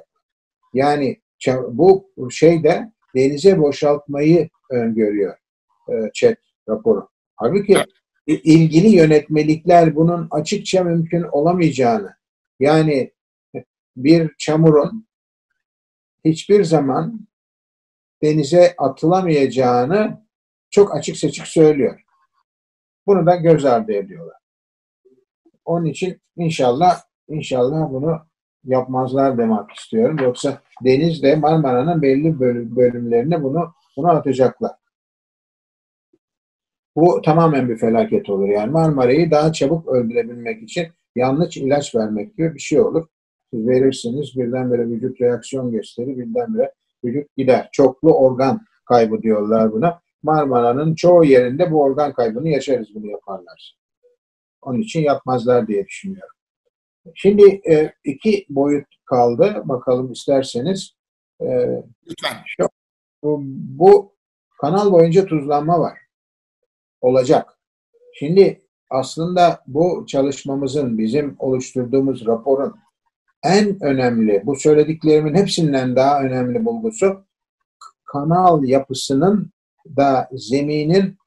[SPEAKER 2] Yani bu şeyde denize boşaltmayı öngörüyor ÇED raporu. Halbuki ilgili yönetmelikler bunun açıkça mümkün olamayacağını, yani bir çamurun hiçbir zaman denize atılamayacağını çok açık seçik söylüyor. Bunu da göz ardı ediyorlar. Onun için inşallah inşallah bunu yapmazlar demek istiyorum. Yoksa denizde Marmara'nın belli bölümlerine bunu bunu atacaklar. Bu tamamen bir felaket olur. Yani Marmara'yı daha çabuk öldürebilmek için yanlış ilaç vermek gibi bir şey olur. Siz verirsiniz, birdenbire vücut reaksiyon gösterir, birdenbire vücut gider. Çoklu organ kaybı diyorlar buna. Marmara'nın çoğu yerinde bu organ kaybını yaşarız bunu yaparlar. Onun için yapmazlar diye düşünüyorum. Şimdi e, iki boyut kaldı. Bakalım isterseniz. E,
[SPEAKER 1] Lütfen.
[SPEAKER 2] Şu, bu, bu kanal boyunca tuzlanma var. Olacak. Şimdi aslında bu çalışmamızın, bizim oluşturduğumuz raporun en önemli, bu söylediklerimin hepsinden daha önemli bulgusu kanal yapısının da zeminin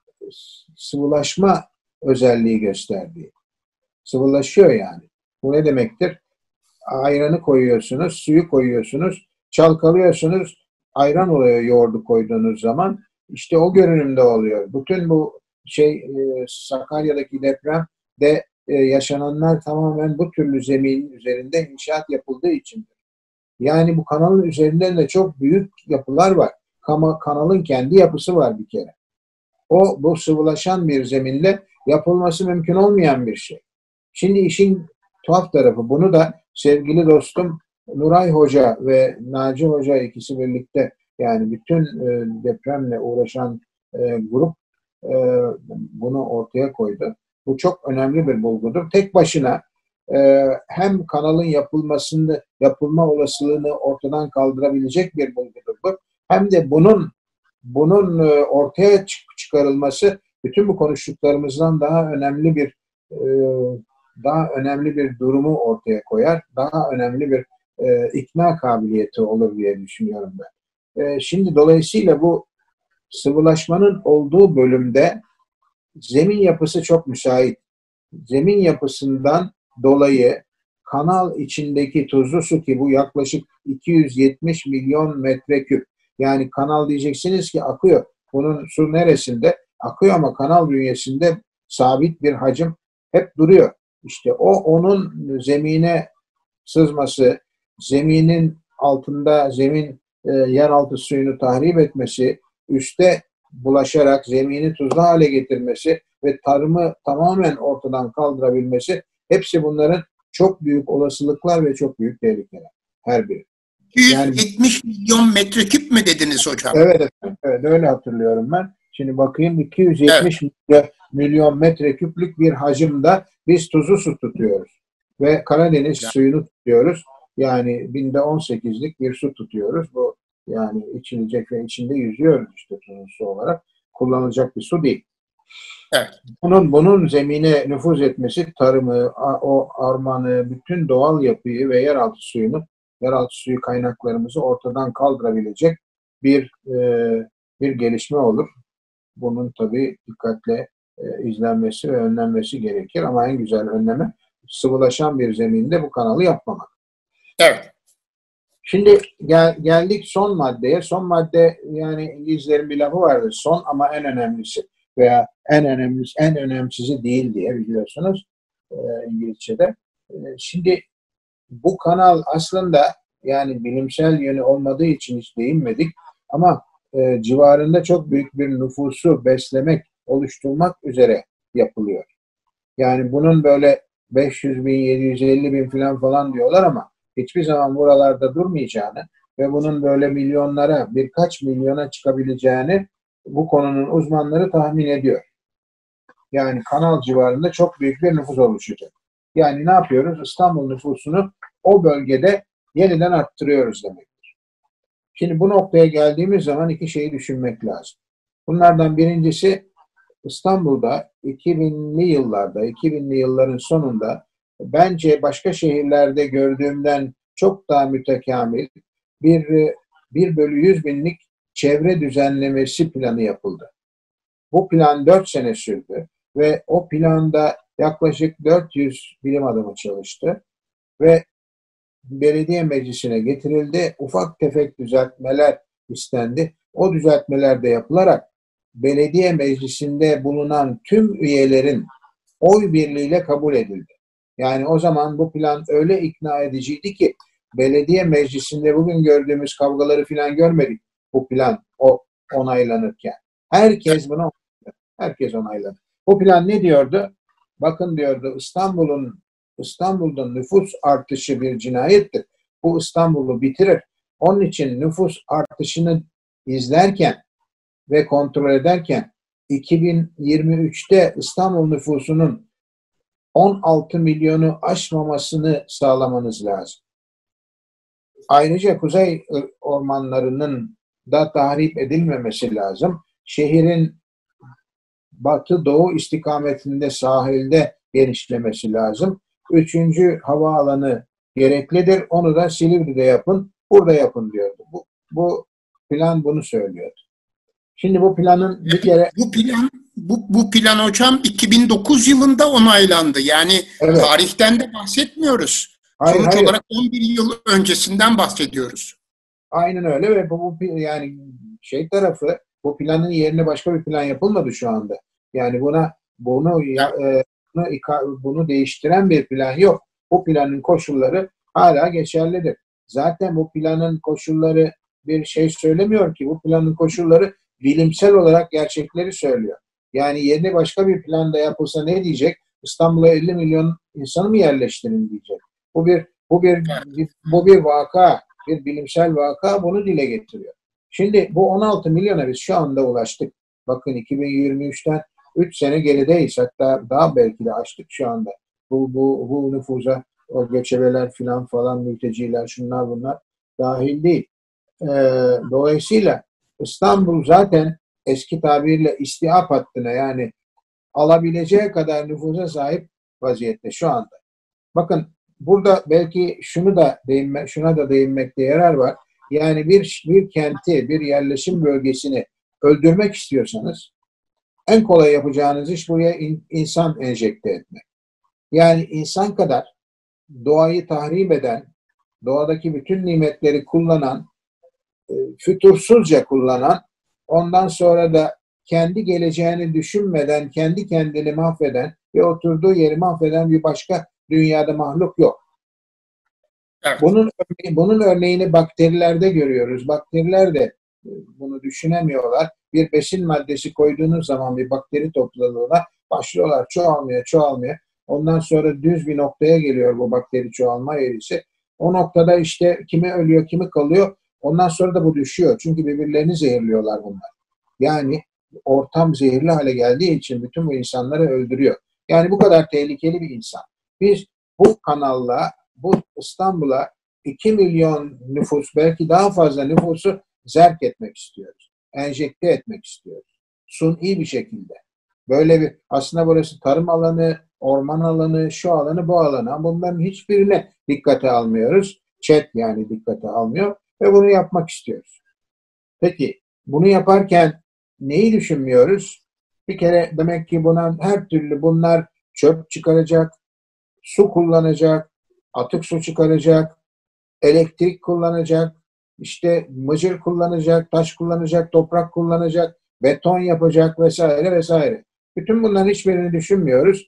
[SPEAKER 2] sıvılaşma özelliği gösterdiği. Sıvılaşıyor yani. Bu ne demektir? Ayranı koyuyorsunuz, suyu koyuyorsunuz, çalkalıyorsunuz, ayran oluyor yoğurdu koyduğunuz zaman. İşte o görünümde oluyor. Bütün bu şey e, Sakarya'daki depremde e, yaşananlar tamamen bu türlü zeminin üzerinde inşaat yapıldığı içindir. Yani bu kanalın üzerinde de çok büyük yapılar var. Ama kanalın kendi yapısı var bir kere. O bu sıvılaşan bir zeminde yapılması mümkün olmayan bir şey. Şimdi işin tuhaf tarafı, bunu da sevgili dostum Nuray Hoca ve Naci Hoca ikisi birlikte, yani bütün e, depremle uğraşan e, grup e, bunu ortaya koydu. Bu çok önemli bir bulgudur. Tek başına e, hem kanalın yapılmasını, yapılma olasılığını ortadan kaldırabilecek bir bulgudur bu. Hem de bunun bunun e, ortaya çıkarılması bütün bu konuştuklarımızdan daha önemli bir e, daha önemli bir durumu ortaya koyar. Daha önemli bir e, ikna kabiliyeti olur diye düşünüyorum ben. E, şimdi dolayısıyla bu sıvılaşmanın olduğu bölümde zemin yapısı çok müsait. Zemin yapısından dolayı kanal içindeki tuzlu su, ki bu yaklaşık iki yüz yetmiş milyon metreküp. Yani kanal diyeceksiniz ki akıyor. Bunun su neresinde? Akıyor ama kanal bünyesinde sabit bir hacim hep duruyor. İşte o onun zemine sızması, zeminin altında zemin e, yeraltı suyunu tahrip etmesi, üste bulaşarak zemini tuzlu hale getirmesi ve tarımı tamamen ortadan kaldırabilmesi, hepsi bunların çok büyük olasılıklar ve çok büyük tehlikeler. Her biri.
[SPEAKER 1] Yani iki yüz yetmiş milyon metreküp mü dediniz hocam?
[SPEAKER 2] Evet efendim. Evet, öyle hatırlıyorum ben. Şimdi bakayım, iki yüz yetmiş evet. milyon metreküplük bir hacimde biz tuzlu su tutuyoruz. Ve Karadeniz evet. suyunu tutuyoruz. Yani binde on sekizlik bir su tutuyoruz. Bu yani içilecek ve içinde yüzüyoruz işte tuzlu su olarak. Kullanılacak bir su değil. Evet. Bunun, bunun zemine nüfuz etmesi tarımı, o ormanı, bütün doğal yapıyı ve yeraltı suyunu, yeraltı suyu kaynaklarımızı ortadan kaldırabilecek bir e, bir gelişme olur. Bunun tabii dikkatle e, izlenmesi ve önlenmesi gerekir. Ama en güzel önleme sıvılaşan bir zeminde bu kanalı yapmamak.
[SPEAKER 1] Evet.
[SPEAKER 2] Şimdi gel, geldik son maddeye. Son madde, yani İngilizlerin bir lafı vardır. Son ama en önemlisi veya en önemlisi, en önemsizi değil diye biliyorsunuz e, İngilizce'de. E, şimdi bu kanal aslında yani bilimsel yönü olmadığı için hiç değinmedik ama e, civarında çok büyük bir nüfusu beslemek, oluşturmak üzere yapılıyor. Yani bunun böyle beş yüz bin, yedi yüz elli bin falan falan diyorlar ama hiçbir zaman buralarda durmayacağını ve bunun böyle milyonlara, birkaç milyona çıkabileceğini bu konunun uzmanları tahmin ediyor. Yani kanal civarında çok büyük bir nüfus oluşacak. Yani ne yapıyoruz? İstanbul nüfusunu o bölgede yeniden arttırıyoruz demektir. Şimdi bu noktaya geldiğimiz zaman iki şeyi düşünmek lazım. Bunlardan birincisi, İstanbul'da iki binli yıllarda, iki binli yılların sonunda bence başka şehirlerde gördüğümden çok daha mütekamil bir bir bölü yüz binlik çevre düzenlemesi planı yapıldı. Bu plan dört sene sürdü ve o planda yaklaşık dört yüz bilim adamı çalıştı ve belediye meclisine getirildi. Ufak tefek düzeltmeler istendi. O düzeltmeler de yapılarak belediye meclisinde bulunan tüm üyelerin oy birliğiyle kabul edildi. Yani o zaman bu plan öyle ikna ediciydi ki belediye meclisinde bugün gördüğümüz kavgaları filan görmedik bu plan o onaylanırken. Herkes buna herkes onayladı. Bu plan ne diyordu? Bakın diyordu, İstanbul'un İstanbul'da nüfus artışı bir cinayettir. Bu İstanbul'u bitirir. Onun için nüfus artışını izlerken ve kontrol ederken iki bin yirmi üçte İstanbul nüfusunun on altı milyonu aşmamasını sağlamanız lazım. Ayrıca kuzey ormanlarının da tahrip edilmemesi lazım. Şehrin batı doğu istikametinde sahilde genişlemesi lazım. Üçüncü havaalanı gereklidir. Onu da Silivri'de yapın, burada yapın diyordu. Bu, bu plan bunu söylüyordu. Şimdi bu planın bir kere...
[SPEAKER 1] Bu plan, bu, bu plan hocam iki bin dokuz yılında onaylandı. Yani evet. Tarihten de bahsetmiyoruz. Hayır, Sonuç hayır. olarak on bir yıl öncesinden bahsediyoruz.
[SPEAKER 2] Aynen öyle ve bu, bu yani şey tarafı, bu planın yerine başka bir plan yapılmadı şu anda. Yani buna bunu e, bunu, bunu değiştiren bir plan yok. Bu planın koşulları hala geçerlidir. Zaten bu planın koşulları bir şey söylemiyor ki. Bu planın koşulları bilimsel olarak gerçekleri söylüyor. Yani yerine başka bir planda yapılsa ne diyecek? İstanbul'a elli milyon insanı mı yerleştirin diyecek. Bu bir bu bir, bir bu bir vaka, bir bilimsel vaka bunu dile getiriyor. Şimdi bu on altı milyona biz şu anda ulaştık. Bakın iki bin yirmi üçten üç sene gerideyiz. Hatta daha belki de aştık şu anda. Bu bu bu nüfuza o göçebeler filan falan, mülteciler, şunlar bunlar dahil değil. Ee, dolayısıyla İstanbul zaten eski tabirle istiap hattına, yani alabileceği kadar nüfusa sahip vaziyette şu anda. Bakın burada belki şunu da değinme, şuna da değinmekte yarar var. Yani bir bir kenti, bir yerleşim bölgesini öldürmek istiyorsanız En kolay yapacağınız iş buraya in, insan enjekte etmek. Yani insan kadar doğayı tahrip eden, doğadaki bütün nimetleri kullanan, e, fütursuzca kullanan, ondan sonra da kendi geleceğini düşünmeden, kendi kendini mahveden ve oturduğu yeri mahveden bir başka dünyada mahluk yok.
[SPEAKER 1] Evet.
[SPEAKER 2] Bunun bunun örneğini bakterilerde görüyoruz. Bakteriler de e, bunu düşünemiyorlar. Bir besin maddesi koyduğunuz zaman bir bakteri topluluğuna başlıyorlar çoğalmaya, çoğalmaya. Ondan sonra düz bir noktaya geliyor bu bakteri çoğalma eğrisi. O noktada işte kimi ölüyor, kimi kalıyor. Ondan sonra da bu düşüyor. Çünkü birbirlerini zehirliyorlar bunlar. Yani ortam zehirli hale geldiği için bütün bu insanları öldürüyor. Yani bu kadar tehlikeli bir insan. Biz bu kanalla, bu İstanbul'a iki milyon nüfus, belki daha fazla nüfusu zerk etmek istiyoruz. Enjekte etmek istiyoruz. Suni bir şekilde. Böyle bir, aslında burası tarım alanı, orman alanı, şu alanı, bu alanı. Bunların hiçbirine dikkate almıyoruz. ÇED yani dikkate almıyor ve bunu yapmak istiyoruz. Peki bunu yaparken neyi düşünmüyoruz? Bir kere demek ki buna her türlü bunlar çöp çıkaracak, su kullanacak, atık su çıkaracak, elektrik kullanacak, işte mıcır kullanacak, taş kullanacak, toprak kullanacak, beton yapacak vesaire vesaire. Bütün bunların hiçbirini düşünmüyoruz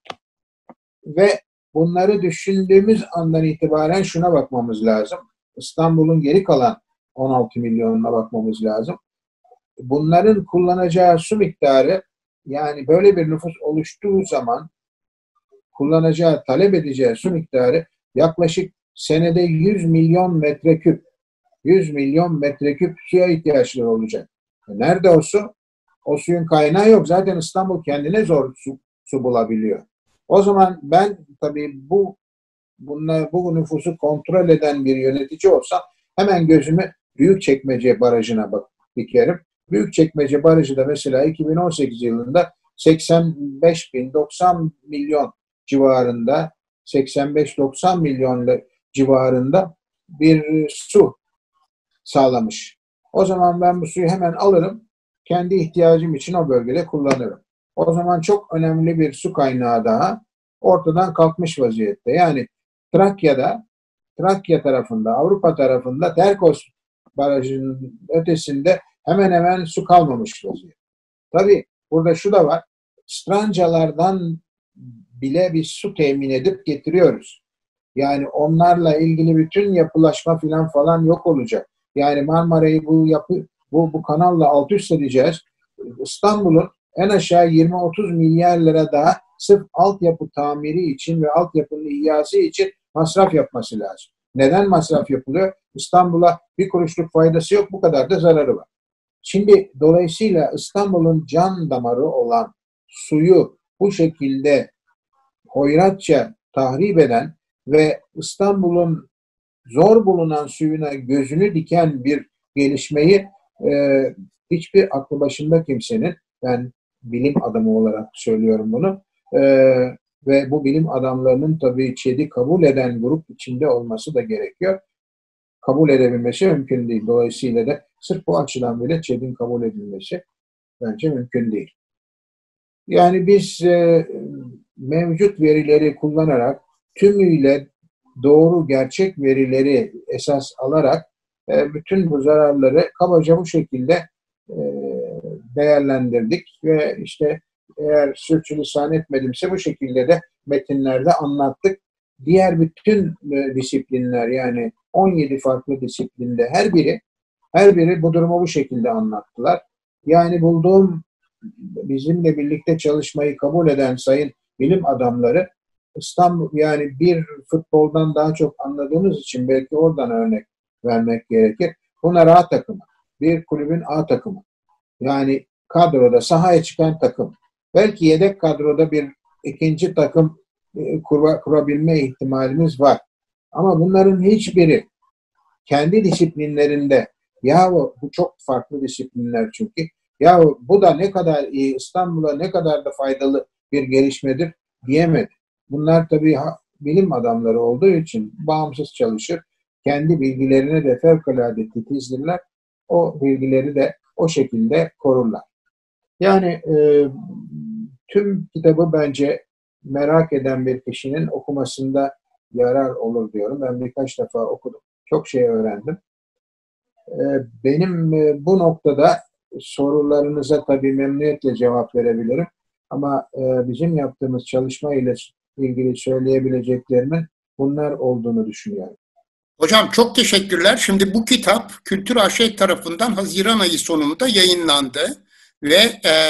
[SPEAKER 2] ve bunları düşündüğümüz andan itibaren şuna bakmamız lazım. İstanbul'un geri kalan on altı milyonuna bakmamız lazım. Bunların kullanacağı su miktarı, yani böyle bir nüfus oluştuğu zaman kullanacağı, talep edeceği su miktarı yaklaşık senede yüz milyon metreküp, yüz milyon metreküp suya ihtiyaçları olacak. Nerede o su? O suyun kaynağı yok. Zaten İstanbul kendine zor su, su bulabiliyor. O zaman ben tabii bu bunlar, bu nüfusu kontrol eden bir yönetici olsam hemen gözümü Büyükçekmece Barajı'na bak dikerim. Büyükçekmece Barajı da mesela iki bin on sekiz yılında seksen beş bin doksan milyon civarında, seksen beş doksan milyon civarında bir su sağlamış. O zaman ben bu suyu hemen alırım, kendi ihtiyacım için o bölgede kullanırım. O zaman çok önemli bir su kaynağı daha ortadan kalkmış vaziyette. Yani Trakya'da, Trakya tarafında, Avrupa tarafında Terkos Barajı'nın ötesinde hemen hemen su kalmamış vaziyette. Tabii burada şu da var. Strancalardan bile bir su temin edip getiriyoruz. Yani onlarla ilgili bütün yapılaşma filan falan yok olacak. Yani Marmara'yı bu yapı bu bu kanalla alt üst edeceğiz. İstanbul'un en aşağı yirmi otuz milyar lira daha sırf altyapı tamiri için ve altyapının ihyası için masraf yapması lazım. Neden masraf yapılıyor? İstanbul'a bir kuruşluk faydası yok, bu kadar da zararı var. Şimdi dolayısıyla İstanbul'un can damarı olan suyu bu şekilde hoyratça tahrip eden ve İstanbul'un zor bulunan suyuna gözünü diken bir gelişmeyi e, hiçbir aklı başında kimsenin, ben bilim adamı olarak söylüyorum bunu, e, ve bu bilim adamlarının tabii ÇED'i kabul eden grup içinde olması da gerekiyor. Kabul edebilmesi mümkün değil. Dolayısıyla da sırf bu açıdan bile ÇED'in kabul edilmesi bence mümkün değil. Yani biz e, mevcut verileri kullanarak tümüyle doğru gerçek verileri esas alarak e, bütün bu zararları kabaca bu şekilde e, değerlendirdik ve işte eğer sürçülisan etmedimse bu şekilde de metinlerde anlattık. Diğer bütün e, disiplinler, yani on yedi farklı disiplinde her biri her biri bu durumu bu şekilde anlattılar. Yani bulduğum, bizimle birlikte çalışmayı kabul eden sayın bilim adamları İstanbul, yani bir futboldan daha çok anladığımız için belki oradan örnek vermek gerekir. Bunlar A takımı. Bir kulübün A takımı. Yani kadroda sahaya çıkan takım. Belki yedek kadroda bir ikinci takım e, kur, kurabilme ihtimalimiz var. Ama bunların hiçbiri kendi disiplinlerinde, ya bu çok farklı disiplinler çünkü, ya bu da ne kadar iyi, İstanbul'a ne kadar da faydalı bir gelişmedir diyemedi. Bunlar tabii bilim adamları olduğu için bağımsız çalışır. Kendi bilgilerini de fevkalade titizdirler. O bilgileri de o şekilde korurlar. Yani e, tüm kitabı bence merak eden bir kişinin okumasında yarar olur diyorum. Ben birkaç defa okudum. Çok şey öğrendim. E, benim e, bu noktada sorularınıza tabii memnuniyetle cevap verebilirim. Ama e, bizim yaptığımız çalışma ile ilgili söyleyebileceklerimin bunlar olduğunu düşünüyorum.
[SPEAKER 1] Hocam çok teşekkürler. Şimdi bu kitap Kültür A Ş tarafından Haziran ayı sonunda yayınlandı ve e,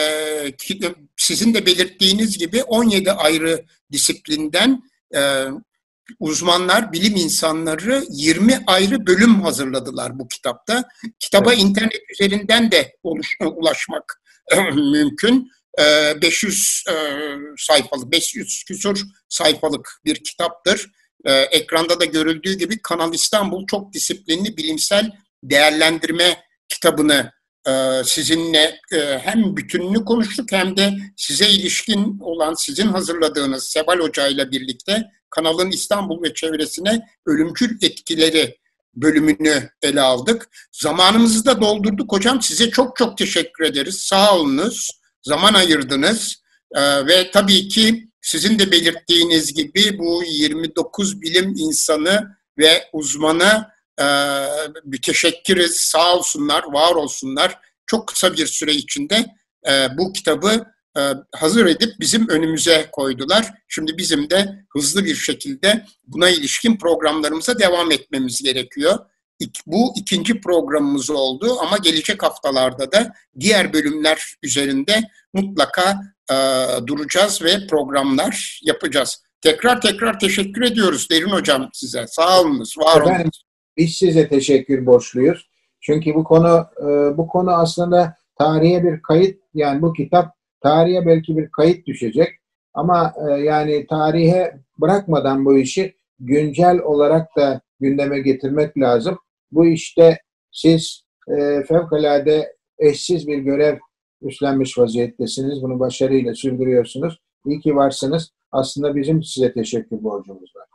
[SPEAKER 1] sizin de belirttiğiniz gibi on yedi ayrı disiplinden e, uzmanlar, bilim insanları yirmi ayrı bölüm hazırladılar bu kitapta. Kitaba evet. internet üzerinden de ulaşmak mümkün. beş yüz sayfalık, beş yüz küsur sayfalık bir kitaptır. Ekranda da görüldüğü gibi Kanal İstanbul çok disiplinli bilimsel değerlendirme kitabını sizinle hem bütününü konuştuk hem de size ilişkin olan sizin hazırladığınız Seval Hoca ile birlikte kanalın İstanbul ve çevresine ölümcül etkileri bölümünü ele aldık. Zamanımızı da doldurduk hocam. Size çok çok teşekkür ederiz. Sağ olunuz. Zaman ayırdınız. Ee, ve tabii ki sizin de belirttiğiniz gibi bu yirmi dokuz bilim insanı ve uzmanı e, müteşekkiriz. Sağ olsunlar, var olsunlar. Çok kısa bir süre içinde e, bu kitabı hazır edip bizim önümüze koydular. Şimdi bizim de hızlı bir şekilde buna ilişkin programlarımıza devam etmemiz gerekiyor. Bu ikinci programımız oldu ama gelecek haftalarda da diğer bölümler üzerinde mutlaka e, duracağız ve programlar yapacağız. Tekrar tekrar teşekkür ediyoruz Derin Hocam size. Sağ olunuz, var olunuz.
[SPEAKER 2] Efendim, biz size teşekkür borçluyuz. Çünkü bu konu e, bu konu aslında tarihe bir kayıt, yani bu kitap tarihe belki bir kayıt düşecek ama e, yani tarihe bırakmadan bu işi güncel olarak da gündeme getirmek lazım. Bu işte siz e, fevkalade eşsiz bir görev üstlenmiş vaziyettesiniz. Bunu başarıyla sürdürüyorsunuz. İyi ki varsınız. Aslında bizim size teşekkür borcumuz var.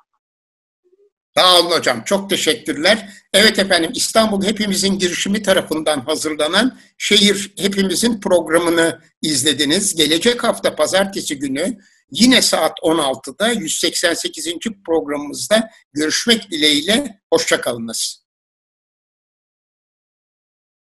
[SPEAKER 1] Sağ olun hocam. Çok teşekkürler. Evet efendim, İstanbul Hepimizin girişimi tarafından hazırlanan Şehir Hepimizin programını izlediniz. Gelecek hafta pazartesi günü yine saat on altıda yüz seksen sekizinci programımızda görüşmek dileğiyle. Hoşça kalınız.